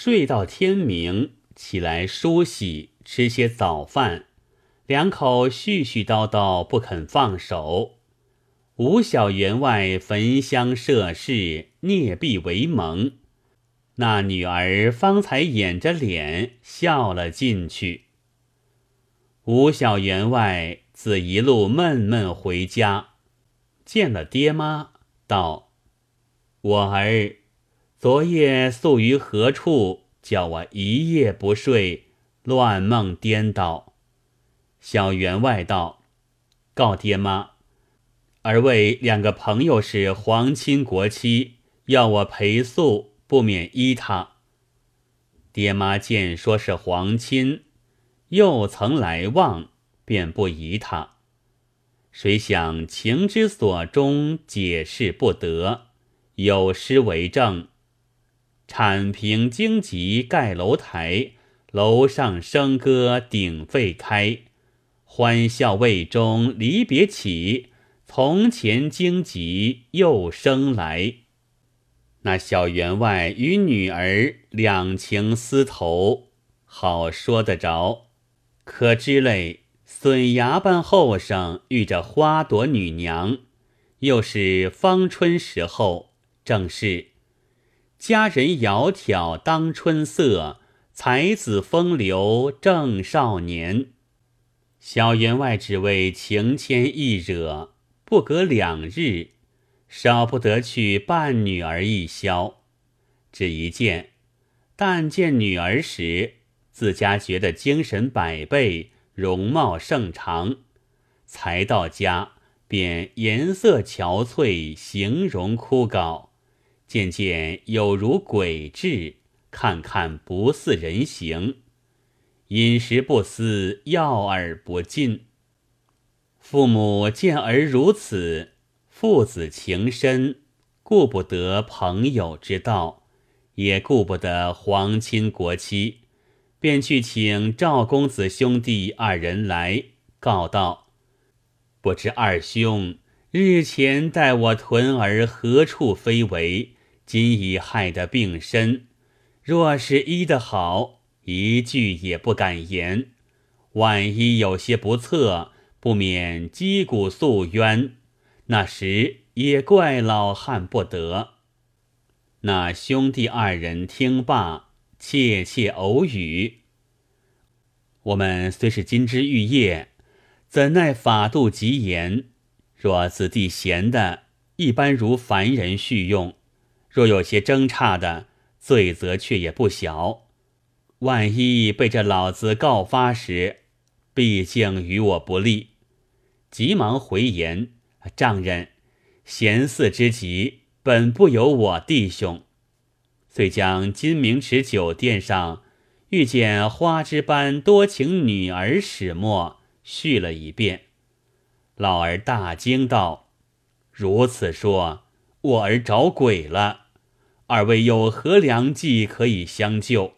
睡到天明，起来梳洗，吃些早饭，两口絮絮叨叨不肯放手。吴小员外焚香设饰，蹑壁为盟。那女儿方才掩着脸笑了进去。吴小员外自一路闷闷回家，见了爹妈，道：我儿昨夜宿于何处，叫我一夜不睡，乱梦颠倒。小员外道：告爹妈，儿为两个朋友是皇亲国戚，要我陪宿，不免依他。爹妈见说是皇亲，又曾来望，便不疑他。谁想情之所钟，解释不得，有诗为证：铲平荆棘盖楼台，楼上笙歌鼎沸开。欢笑未终离别起，从前荆棘又生来。那小员外与女儿两情私投，好说得着。可知嘞，笋芽般后生遇着花朵女娘，又是芳春时候，正是佳人窈窕当春色，才子风流正少年。小员外只为情牵意惹，不隔2日，少不得去伴女儿一宵。只一见，但见女儿时，自家觉得精神百倍，容貌盛长。才到家，便颜色憔悴，形容枯槁，渐渐有如鬼质，看看不似人形。饮食不思，药饵不进。父母见儿如此，父子情深，顾不得朋友之道，也顾不得皇亲国戚，便去请赵公子兄弟2人来，告道：不知二兄日前带我屯儿何处非为，今已害得病身，若是医得好，一句也不敢言，万一有些不测，不免击鼓诉冤，那时也怪老汉不得。那兄弟2人听罢，窃窃偶语：我们虽是金枝玉叶，怎奈法度极严，若子弟闲的，一般如凡人叙用；若有些争差的，罪责却也不小。万一被这老子告发时，毕竟与我不利。急忙回言：丈人，闲肆之极，本不由我弟兄。遂将金明池酒店上遇见花枝般多情女儿始末叙了一遍。老儿大惊道：如此说，我儿找鬼了，二位有何良计可以相救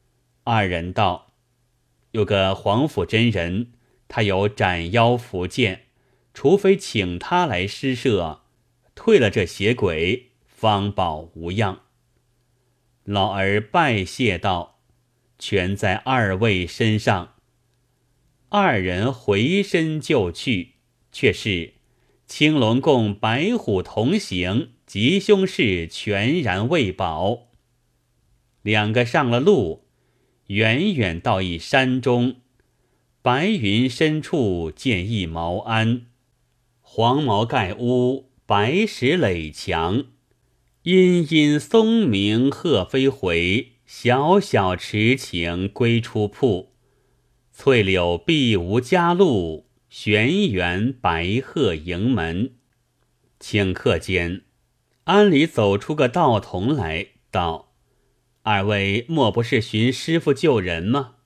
？2人道：有个黄甫真人，他有斩妖伏剑，除非请他来施设，退了这邪鬼，方保无恙。老儿拜谢道：全在2位身上。2人回身就去，却是青龙共白虎同行，吉凶事全然未保。2个上了路，远远到一山中，白云深处见一茅庵，黄茅盖屋，白石垒墙，阴阴松鸣鹤飞回，小小池情归出铺。翠柳碧无佳路，玄园白鹤迎门。顷刻间，庵里走出个道童来，道：二位莫不是寻师傅救人吗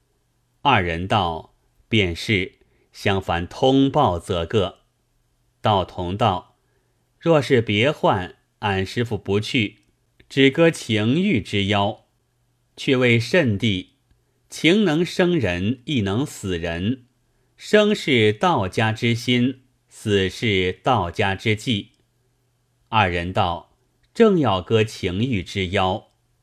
？2人道：便是，相烦通报则个。道童道：若是别患，俺师傅不去，只割情欲之妖，却为甚地？情能生人，亦能死人。生是道家之心，死是道家之计。2人道：正要割情欲之妖，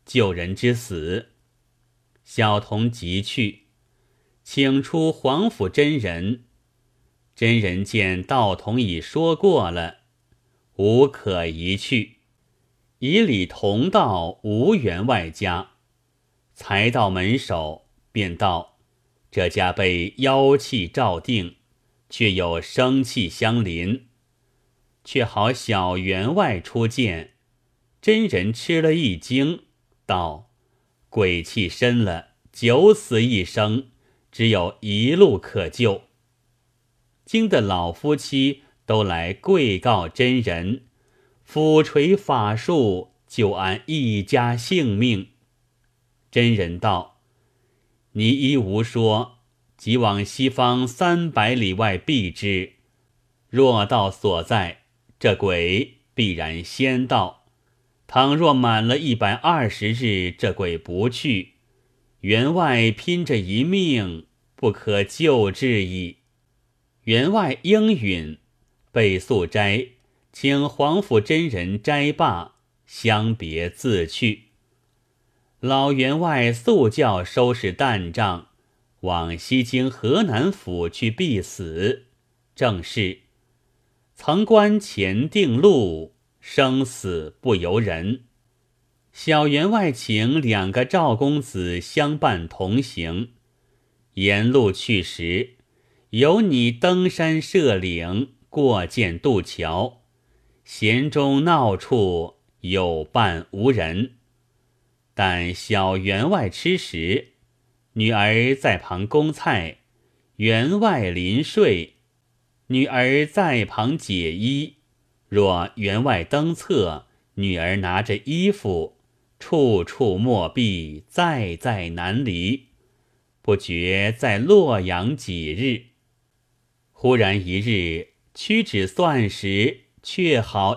救人之死。小童即去，请出皇甫真人。真人见道童已说过了，无可移去，以礼同到吴员外家。才到门首，便道：这家被妖气罩定，却有生气相临。却好小员外出见，真人吃了一惊，道：鬼气深了，九死一生，只有一路可救。惊得老夫妻都来跪告真人，斧锤法术，救安一家性命。真人道：你依吾说，即往西方300里外避之，若到所在，这鬼必然先到。倘若满了120日，这鬼不去，员外拼着一命，不可救治矣。员外应允，备素斋，请皇甫真人斋罢，相别自去。老员外速叫收拾担帐，往西京河南府去避死。正是曾观前定路，生死不由人。小员外请2个赵公子相伴同行，沿路去时，由你登山涉岭，过涧渡桥，弦中闹处，有伴无人。但小员外吃食，女儿在旁供菜，员外临睡，女儿在旁解衣。若员外登侧，女儿拿着衣服，处处莫避，再再难离。不觉在洛阳几日。忽然一日，屈指算时，却好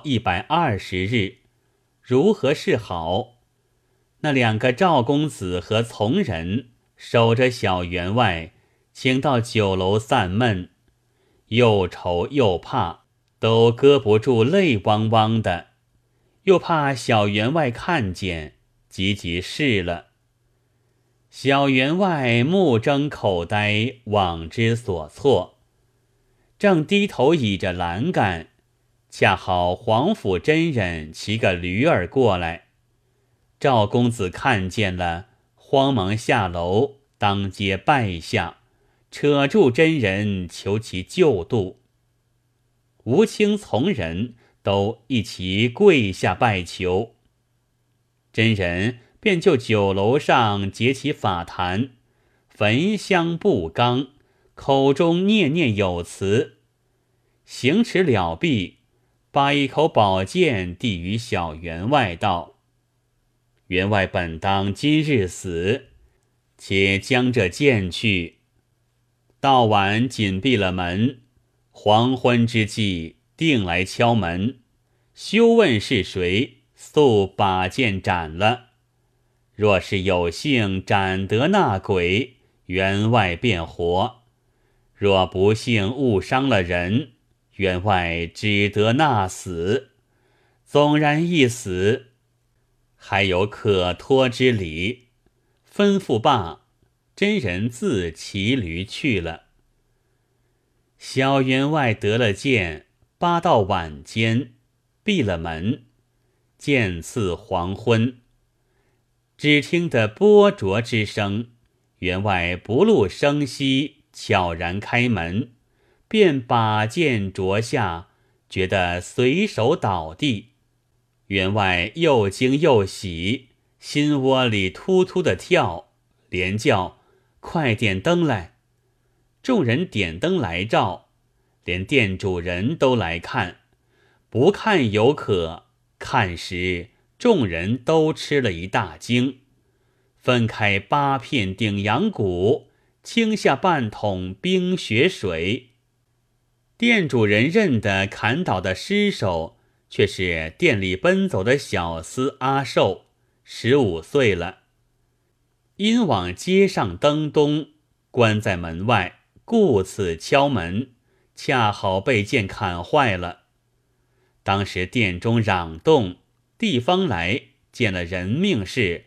120日。如何是好？那2个赵公子和从人守着小员外，请到酒楼散闷，又愁又怕，都搁不住泪汪汪的，又怕小员外看见，急急逝了。小员外目睁口呆，妄之所措，正低头倚着栏杆，恰好皇甫真人骑个驴儿过来。赵公子看见了，慌忙下楼，当街拜下，扯住真人，求其救度。吴清从人都一齐跪下拜求。真人便就酒楼上结起法坛，焚香布缸，口中念念有词。行持了毕，把一口宝剑递与小员外道：员外本当今日死，且将这剑去。到晚紧闭了门，黄昏之际定来敲门，休问是谁，速把剑斩了。若是有幸斩得那鬼，员外便活；若不幸误伤了人，员外只得那死。纵然一死，还有可托之理。吩咐罢，真人自骑驴去了。小员外得了剑，扒到晚间，闭了门，渐次黄昏。只听得拨擢之声，员外不露声息，悄然开门，便把剑着下，觉得随手倒地。员外又惊又喜，心窝里突突的跳，连叫快点灯来。众人点灯来照，连店主人都来看。不看有可，看时众人都吃了一大惊，分开8片顶阳骨，倾下半桶冰雪水。店主人认得砍倒的尸首，却是店里奔走的小厮阿寿，15岁了。因往街上登东，关在门外，故此敲门，恰好被剑砍坏了。当时店中嚷动，地方来见了人命事，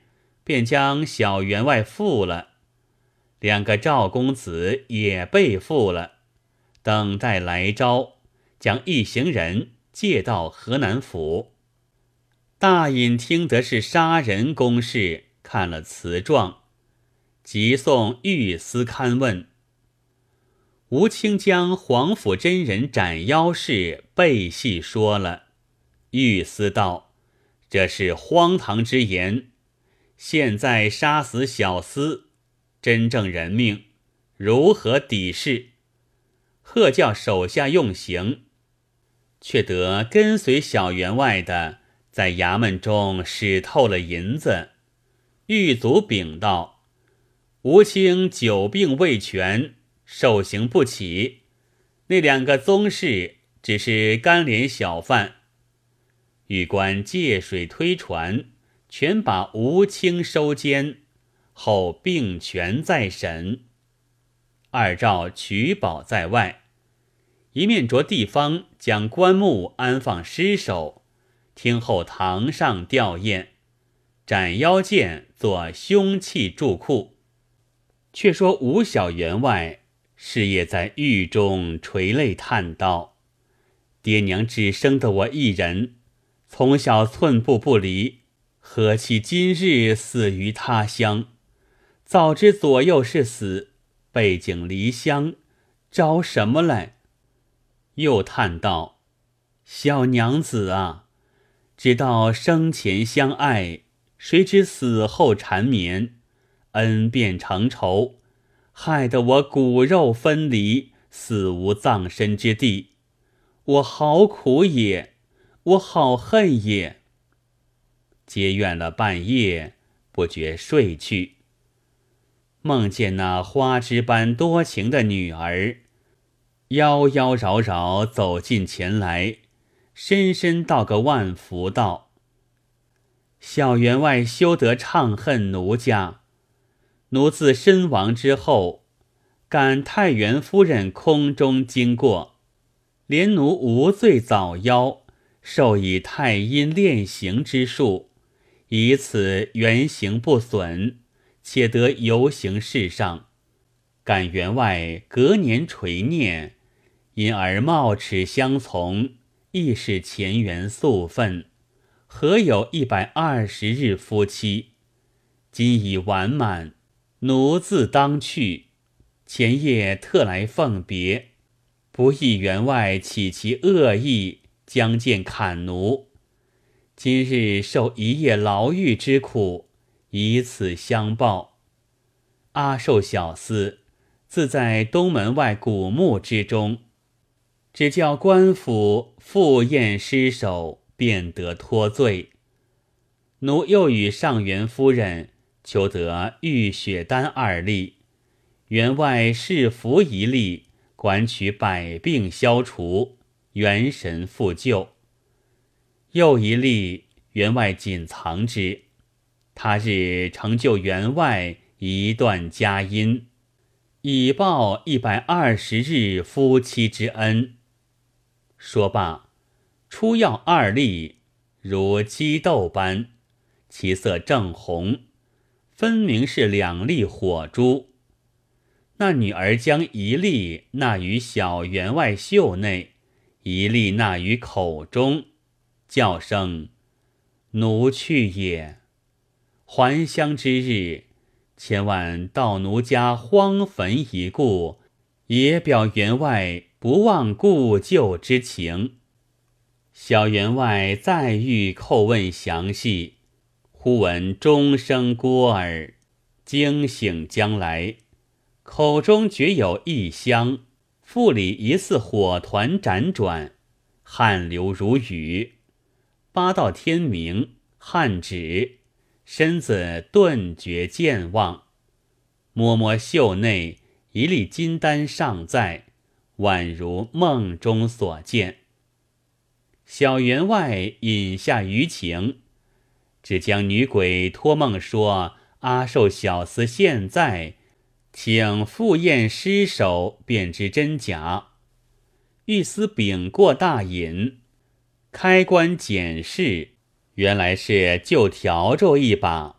便将小员外缚了。2个赵公子也被缚了，等待来招，将一行人借到河南府。大尹听得是杀人公事，看了词状，即送御司勘问。吴清将黄甫真人斩妖事背细说了。御司道：这是荒唐之言，现在杀死小厮，真正人命，如何抵释？喝叫手下用刑，却得跟随小员外的在衙门中使透了银子。狱卒禀道：吴清久病未痊，受刑不起，那2个宗室只是干连小犯。狱官借水推船，全把吴清收监，后并权再审。2诏取保在外，一面着地方将棺木安放尸首，听候堂上吊唁，斩妖剑作凶器贮库。却说吴小员外是夜在狱中垂泪叹道：爹娘只生得我一人，从小寸步不离，何其今日死于他乡？早知左右是死，背井离乡，招什么来？又叹道：小娘子啊，知道生前相爱，谁知死后缠绵，恩变成仇，害得我骨肉分离，死无葬身之地。我好苦也，我好恨也。皆怨了半夜，不觉睡去。梦见那花枝般多情的女儿，妖妖娆娆走近前来，深深道个万福道：小员外休得怅恨奴家，奴自身亡之后，感太原夫人空中经过，怜奴无罪早夭，受以太阴炼刑之术，以此原形不损，且得游行世上。感员外隔年垂念，因而冒齿相从，亦是前缘宿分，何有120日夫妻？今已完满，奴自当去。前夜特来奉别，不意员外起其恶意，将剑砍奴。今日受一夜牢狱之苦，以此相报。阿寿小厮自在东门外古墓之中，只叫官府复验尸首，便得脱罪。奴又与上元夫人求得玉血丹2粒，员外试服1粒，管取百病消除，元神复救。又1粒员外谨藏之，他日成就员外一段佳音，以报120日夫妻之恩。说罢，出药2粒，如鸡豆般，其色正红，分明是2粒火珠。那女儿将1粒纳于小员外袖内，1粒纳于口中，叫声奴去也。还乡之日，千万到奴家荒坟一顾，也表员外不忘故旧之情。小员外再欲叩问详细，忽闻钟声聒耳，惊醒将来，口中觉有异香，腹里疑似火团辗转，汗流如雨。8到天明，汗止，身子顿觉健忘。摸摸袖内1粒金丹尚在，宛如梦中所见。小员外饮下余情，只将女鬼托梦说阿寿小厮现在，请复验尸首，便知真假。御司禀过大尹，开棺检视，原来是旧笤帚1把，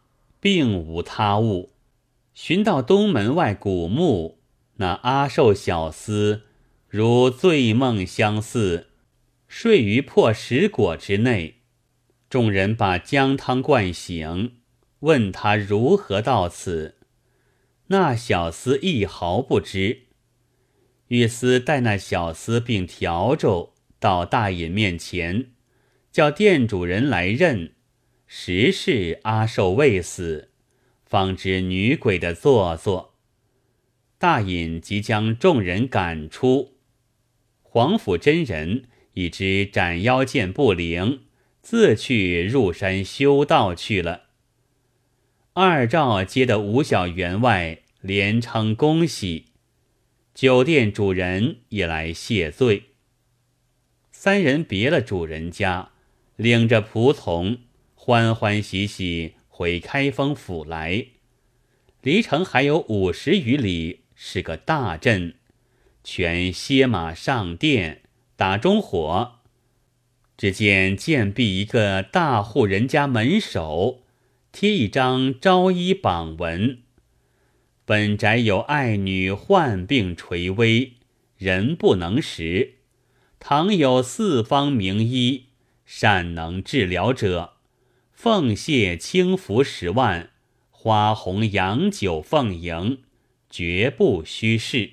并无他物。寻到东门外古墓，那阿寿小厮如醉梦相似，睡于破石椁之内。众人把姜汤灌醒，问他如何到此。那小厮一毫不知。玉司带那小厮并笤帚到大隐面前，叫店主人来认，实是阿寿未死，方知女鬼的做作。大隐即将众人赶出，黄甫真人已知斩妖剑不灵，自去入山修道去了。二赵接得吴小员外连称恭喜，酒店主人也来谢罪。三人别了主人家，领着仆从欢欢喜喜回开封府来。离城还有50余里，是个大镇，全歇马上殿，打中火。只见建壁一个大户人家门首，贴一张招衣榜文。本宅有爱女患病垂危，人不能食，倘有四方名医，善能治疗者，奉谢轻服10万，花红洋酒奉迎，绝不虚事。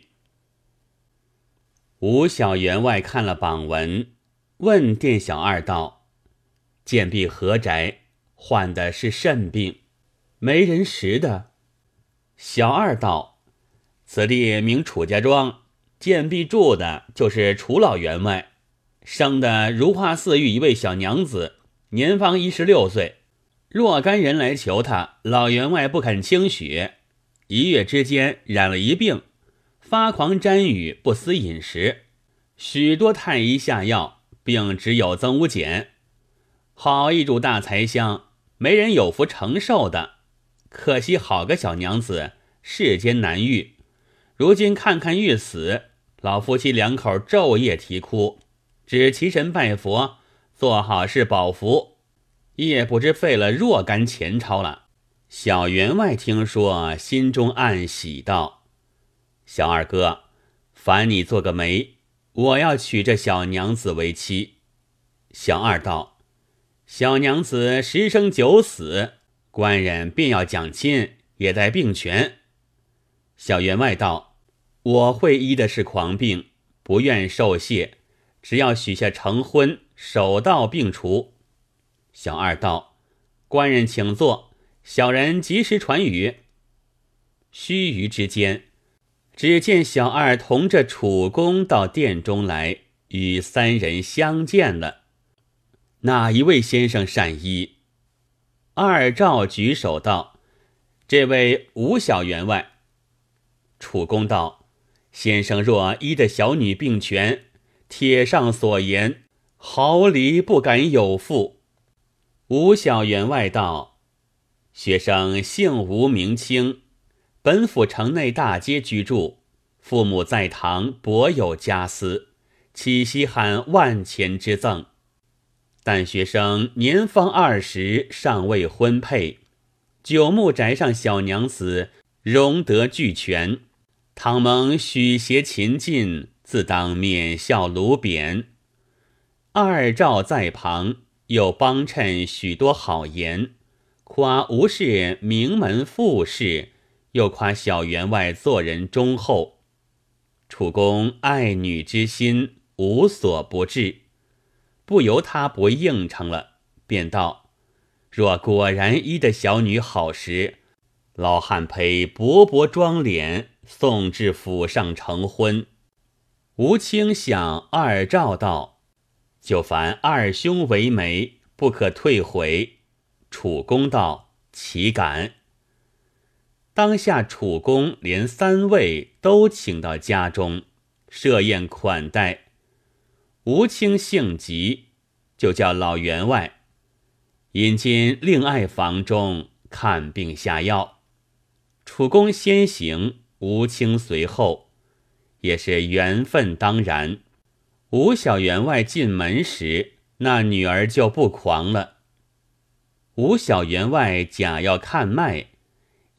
吴小员外看了榜文，问店小二道：建壁何宅？患的是甚病？没人识的。小二道：此地名楚家庄，建壁住的就是楚老员外，生的如花似玉一位小娘子，年方16岁。若干人来求他，老员外不肯轻许，1月之间染了一病，发狂沾雨，不思饮食，许多太医下药，病只有增无减。好一主大财香，没人有福承受的，可惜好个小娘子，世间难遇。如今看看欲死，老夫妻2口昼夜啼哭，只祈神拜佛，做好事保福，也不知费了若干钱钞了。小员外听说，心中暗喜道：小二哥，烦你做个媒，我要娶这小娘子为妻。小二道：小娘子10生9死，官人便要讲亲，也待病全。小员外道：我会医的是狂病，不愿受谢，只要许下成婚，手到病除。小二道：官人请坐，小人及时传语。须臾之间，只见小二同着楚公到殿中来，与3人相见了。哪一位先生善医？二赵举手道：这位吴小员外。楚公道：先生若医的小女病全，帖上所言，毫厘不敢有负。吴小员外道：学生姓吴名清，本府城内大街居住，父母在堂薄有家私，岂稀罕万钱之赠。但学生年方20，尚未婚配，九牧宅上小娘子容德俱全，倘蒙许协勤进，自当免笑卢贬。二赵在旁又帮衬许多好言，夸吴氏名门富士，又夸小员外做人忠厚。楚公爱女之心无所不至，不由他不应承了，便道：若果然医的小女好时，老汉陪勃勃妆脸送至府上成婚。吴清向二赵道：就烦二兄为媒，不可退回。楚公道：岂敢。当下楚公连3位都请到家中，设宴款待。吴清性急，就叫老员外引进另爱房中看病下药。楚公先行，吴清随后，也是缘分当然。吴小员外进门时，那女儿就不狂了。吴小员外假要看脉，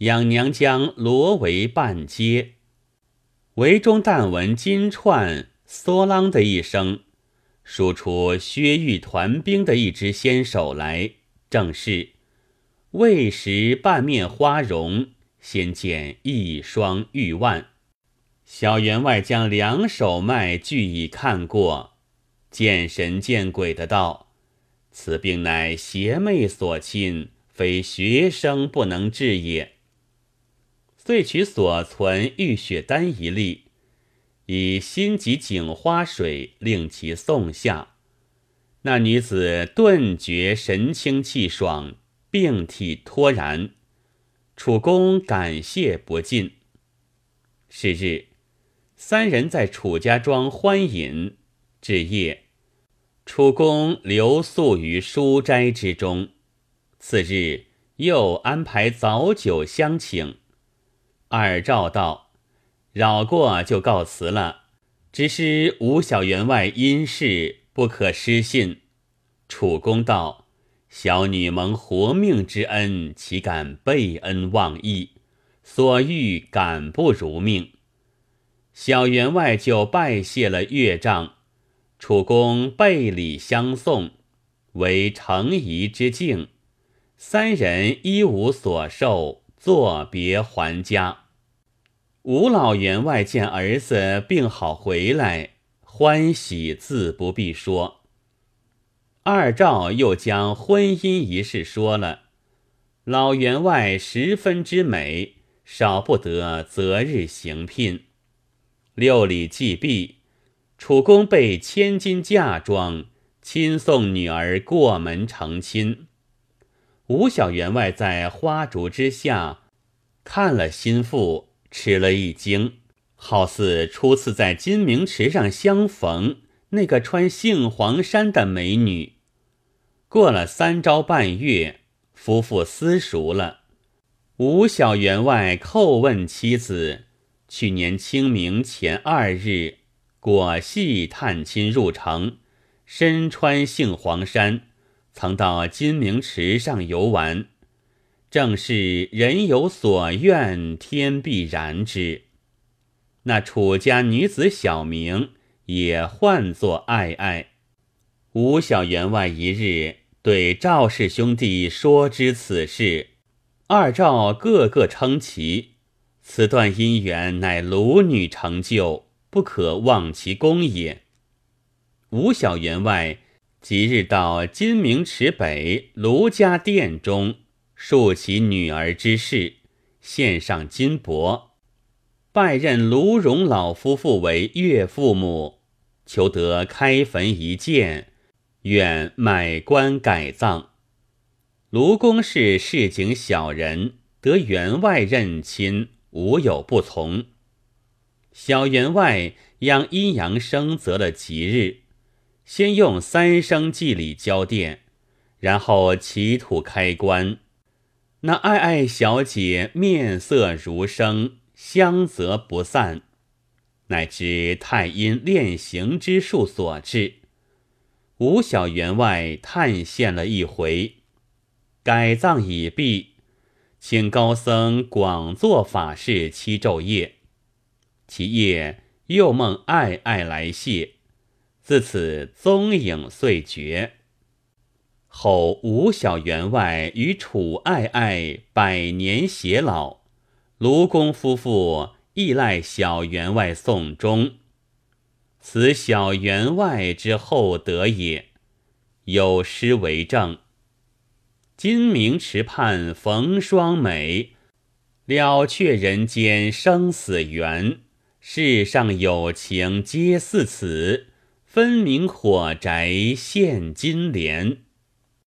养娘将罗围半揭，围中但闻金串嗦啷的一声，数出薛玉团兵的一支先手来，正是未识半面花容，先见一双玉腕。小员外将两手脉俱已看过，见神见鬼的道：此病乃邪魅所侵，非学生不能治也。遂取所存玉血丹一粒，以心急井花水令其送下。那女子顿觉神清气爽，病体脱然，楚公感谢不尽。是日，三人在楚家庄欢饮，至夜，楚公留宿于书斋之中。次日又安排早酒相请。二赵道：扰过就告辞了，只是吴小员外因事不可失信。楚公道：小女蒙活命之恩，岂敢背恩忘义？所欲敢不如命。小员外就拜谢了岳丈，楚公备礼相送，为承仪之敬。三人一无所受，作别还家。吴老员外见儿子病好回来，欢喜自不必说。二赵又将婚姻一事说了，老员外十分之美，少不得择日行聘。6礼既毕，楚公备千金嫁妆，亲送女儿过门成亲。吴小员外在花烛之下看了心腹，吃了一惊，好似初次在金明池上相逢那个穿杏黄衫的美女。过了3朝半月，夫妇私熟了。吴小员外叩问妻子，去年清明前2日，果系探亲入城，身穿杏黄衫，曾到金明池上游玩。正是人有所愿，天必然之。那楚家女子小名也唤作爱爱。吴小员外一日对赵氏兄弟说知此事，二赵个个称奇，此段姻缘乃卢女成就，不可忘其功也。吴小员外即日到金明池北卢家殿中，述其女儿之事，献上金帛，拜任卢荣老夫妇为岳父母，求得开坟一建，愿买棺改葬。卢公是市井小人，得员外认亲，无有不从。小员外央阴阳生择了吉日，先用3声祭礼交奠，然后起土开棺。那爱爱小姐面色如生，香泽不散，乃知太阴炼形之术所致。吴小员外探献了一回，改葬已毕，请高僧广作法事7昼夜。其夜又梦爱爱来谢，自此踪影遂绝。后吴小员外与楚爱爱100年偕老，卢公夫妇亦赖小员外送终。此小员外之厚德也。有诗为证：金明池畔逢双美，了却人间生死缘。世上有情皆似此，分明火宅现金莲。